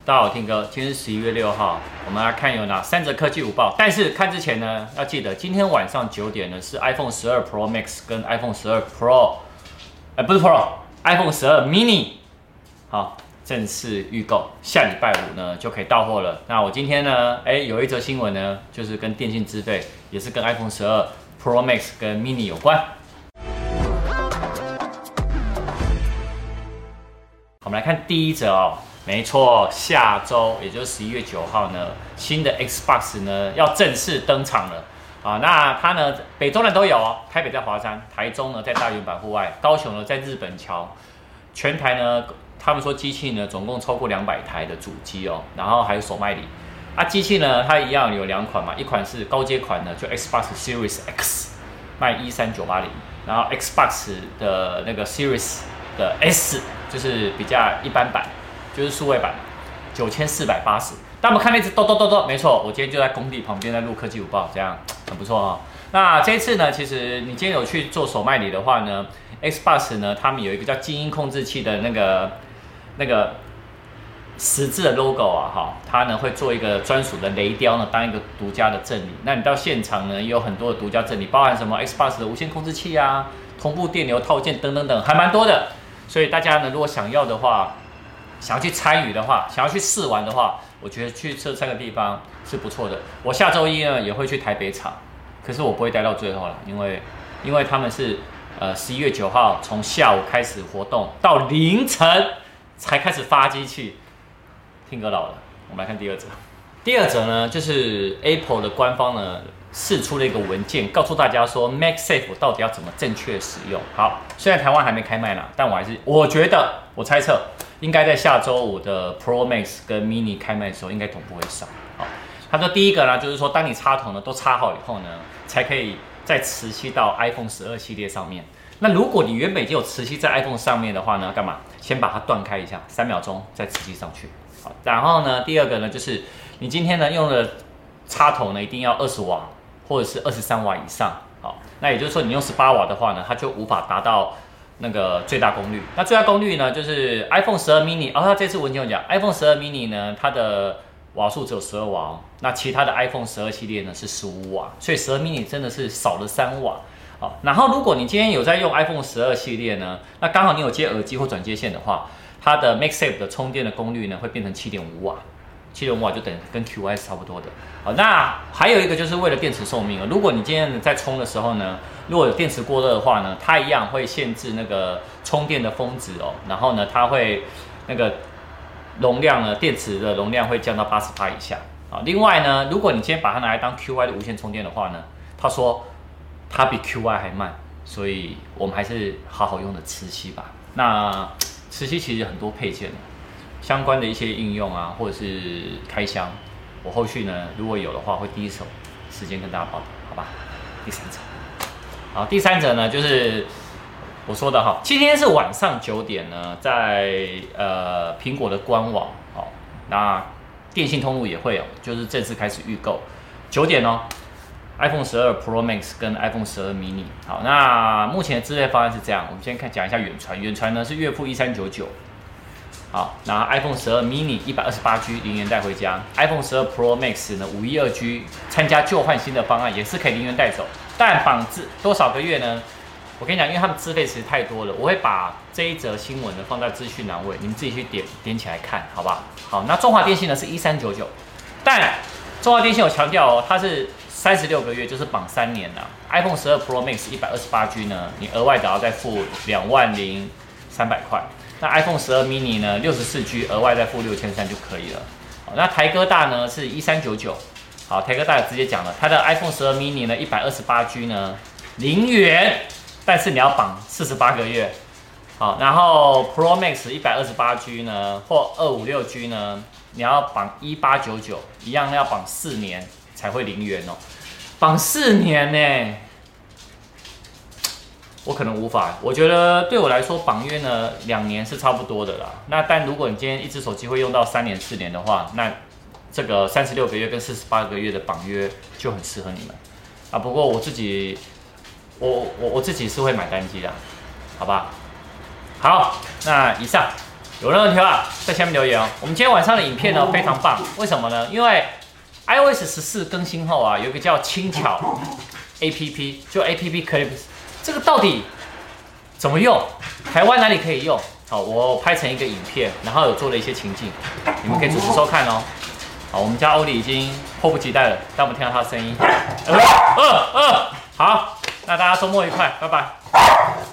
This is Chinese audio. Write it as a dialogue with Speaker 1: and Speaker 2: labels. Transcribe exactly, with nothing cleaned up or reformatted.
Speaker 1: 大家好，听哥，今天是十一月六号，我们来看有哪三则科技午报。但是看之前呢，要记得今天晚上九点呢是 iPhone 十二 Pro Max 跟 iPhone 十二 Pro， 呃不是 Pro，iPhone 十二 mini， 好，正式预购，下礼拜五呢就可以到货了。那我今天呢，哎有一则新闻呢，就是跟电信资费，也是跟 iPhone 十二 Pro Max 跟 mini 有关。我们来看第一则哦。没错，下周也就是十一月九号呢，新的 Xbox 呢要正式登场了啊。那它呢，北中南都有哦，台北在华山，台中呢在大圆板户外，高雄呢在日本桥。全台呢，他们说机器呢总共超过两百台的主机哦，然后还有手卖礼。啊，机器呢它一样有两款嘛，一款是高阶款的，就 Xbox Series X， 卖一三九八零，然后 Xbox 的那个 Series 的 S 就是比较一般版。就是数位版，九千四百八十。但我们看那只抖抖抖抖，没错，我今天就在工地旁边在录科技午报，这样很不错哈、哦。那这一次呢，其实你今天有去做手卖礼的话呢 ，Xbox 呢，他们有一个叫静音控制器的那个那个十字的 logo 啊，哈，它呢会做一个专属的雷雕呢，当一个独家的赠礼。那你到现场呢，也有很多的独家赠礼，包含什么 Xbox 的无线控制器啊、同步电流套件等等等，还蛮多的。所以大家呢，如果想要的话，想要去参与的话，想要去试玩的话，我觉得去这三个地方是不错的。我下周一呢也会去台北场，可是我不会待到最后了，因为因为他们是呃十一月九号从下午开始活动，到凌晨才开始发机器。听歌老了，我们来看第二则。第二则呢，就是 Apple 的官方呢释出了一个文件，告诉大家说 MagSafe 到底要怎么正确使用。好，虽然台湾还没开卖啦，但我还是我觉得我猜测。应该在下周五的 Pro Max 跟 Mini 开卖的时候，应该同步会上。好，他说第一个呢，就是说当你插头呢都插好以后呢，才可以再磁吸到 iPhone 十二系列上面。那如果你原本已经有磁吸在 iPhone 上面的话呢，干嘛？先把它断开一下，三秒钟再磁吸上去。好，然后呢，第二个呢，就是你今天呢用的插头呢一定要二十瓦或者是二十三瓦以上。好，那也就是说你用十八瓦的话呢，它就无法达到那个最大功率。那最大功率呢，就是 iPhone 十二 mini， 哦，它这次文件有讲 ，iPhone 十二 mini 呢，它的瓦数只有十二瓦哦。那其他的 iPhone 十二系列呢是十五瓦，所以十二 mini 真的是少了三瓦。好，然后如果你今天有在用 iPhone 十二系列呢，那刚好你有接耳机或转接线的话，它的 MagSafe 的充电的功率呢会变成 七点五瓦。七点五瓦就等跟 Q I 是差不多的。好，那还有一个就是为了电池寿命，如果你今天在充的时候呢，如果有电池过热的话呢，它一样会限制那个充电的峰值哦。然后呢，它会那个容量呢，电池的容量会降到 百分之八十 以下。啊，另外呢，如果你今天把它拿来当 Q I 的无线充电的话呢，他说它比 Q I 还慢，所以我们还是好好用的磁吸吧。那磁吸其实很多配件。相关的一些应用啊，或者是开箱，我后续呢如果有的话，会第一手时间跟大家报道，好吧？第三者，好，第三者呢就是我说的哈，今天是晚上九点呢，在呃苹果的官网哦，那电信通路也会有，就是正式开始预购，九点哦 ，iPhone 十二 Pro Max 跟 iPhone 十二 mini， 好，那目前的资费方案是这样，我们先看讲一下远传，远传呢是月付一三九九。好，那 iPhone 十二 mini 一百二十八 G 零元带回家 ，iPhone 十二 Pro Max 呢五一二 G 参加旧换新的方案也是可以零元带走，但绑资多少个月呢？我跟你讲，因为他们资费其实太多了，我会把这一则新闻呢放在资讯栏位，你们自己去点点起来看，好吧？好，那中华电信呢是一三九九，但中华电信有强调哦，它是三十六个月，就是绑三年啦。iPhone 十二 Pro Max 一百二十八 G 呢，你额外只要再付两万零三百块。那 iPhone 十二 mini 呢，六十四 G 额外再付六千三就可以了。好，那台哥大呢是一三九九，好，台哥大直接讲了，它的 iPhone 十二 mini 呢一百二十八 G 呢零元，但是你要绑四十八个月。好，然后 Pro Max 一百二十八 G 呢或二五六 G 呢，你要绑一八九九，一样要绑四年才会零元哦，绑四年呢。我可能无法，我觉得对我来说绑约呢两年是差不多的啦。那但如果你今天一只手机会用到三年四年的话，那这个三十六个月跟四十八个月的绑约就很适合你们啊。不过我自己，我我我自己是会买单机的，好吧？好，那以上有任何问题的话，在下面留言哦。我们今天晚上的影片呢非常棒，为什么呢？因为 iOS 十四更新后啊，有一个叫轻巧 A P P， 就 A P P Clips， 这个到底怎么用？台湾哪里可以用？好，我拍成一个影片，然后有做了一些情境，你们可以准时收看哦。好，我们家欧里已经迫不及待了，让我们听到他的声音。呃呃呃，好，那大家周末愉快，拜拜。